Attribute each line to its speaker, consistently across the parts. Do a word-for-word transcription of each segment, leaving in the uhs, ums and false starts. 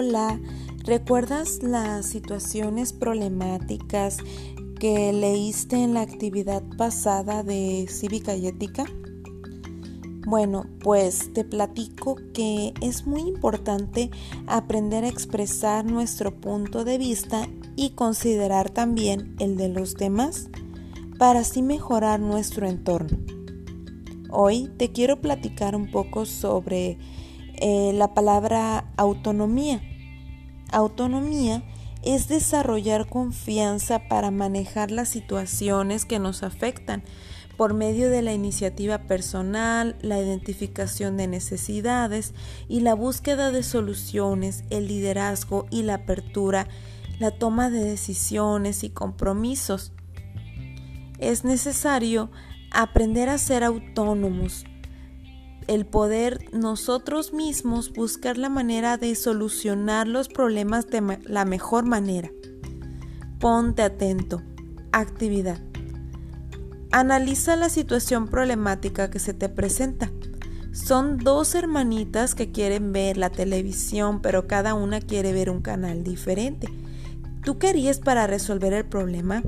Speaker 1: Hola, ¿recuerdas las situaciones problemáticas que leíste en la actividad pasada de Cívica y Ética? Bueno, pues te platico que es muy importante aprender a expresar nuestro punto de vista y considerar también el de los demás para así mejorar nuestro entorno. Hoy te quiero platicar un poco sobre eh, la palabra autonomía. Autonomía es desarrollar confianza para manejar las situaciones que nos afectan por medio de la iniciativa personal, la identificación de necesidades y la búsqueda de soluciones, el liderazgo y la apertura, la toma de decisiones y compromisos. Es necesario aprender a ser autónomos, el poder nosotros mismos buscar la manera de solucionar los problemas de ma- la mejor manera. Ponte atento. Actividad. Analiza la situación problemática que se te presenta. Son dos hermanitas que quieren ver la televisión, pero cada una quiere ver un canal diferente. ¿Tú qué harías para resolver el problema?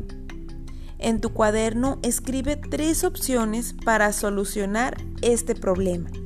Speaker 1: En tu cuaderno escribe tres opciones para solucionar este problema.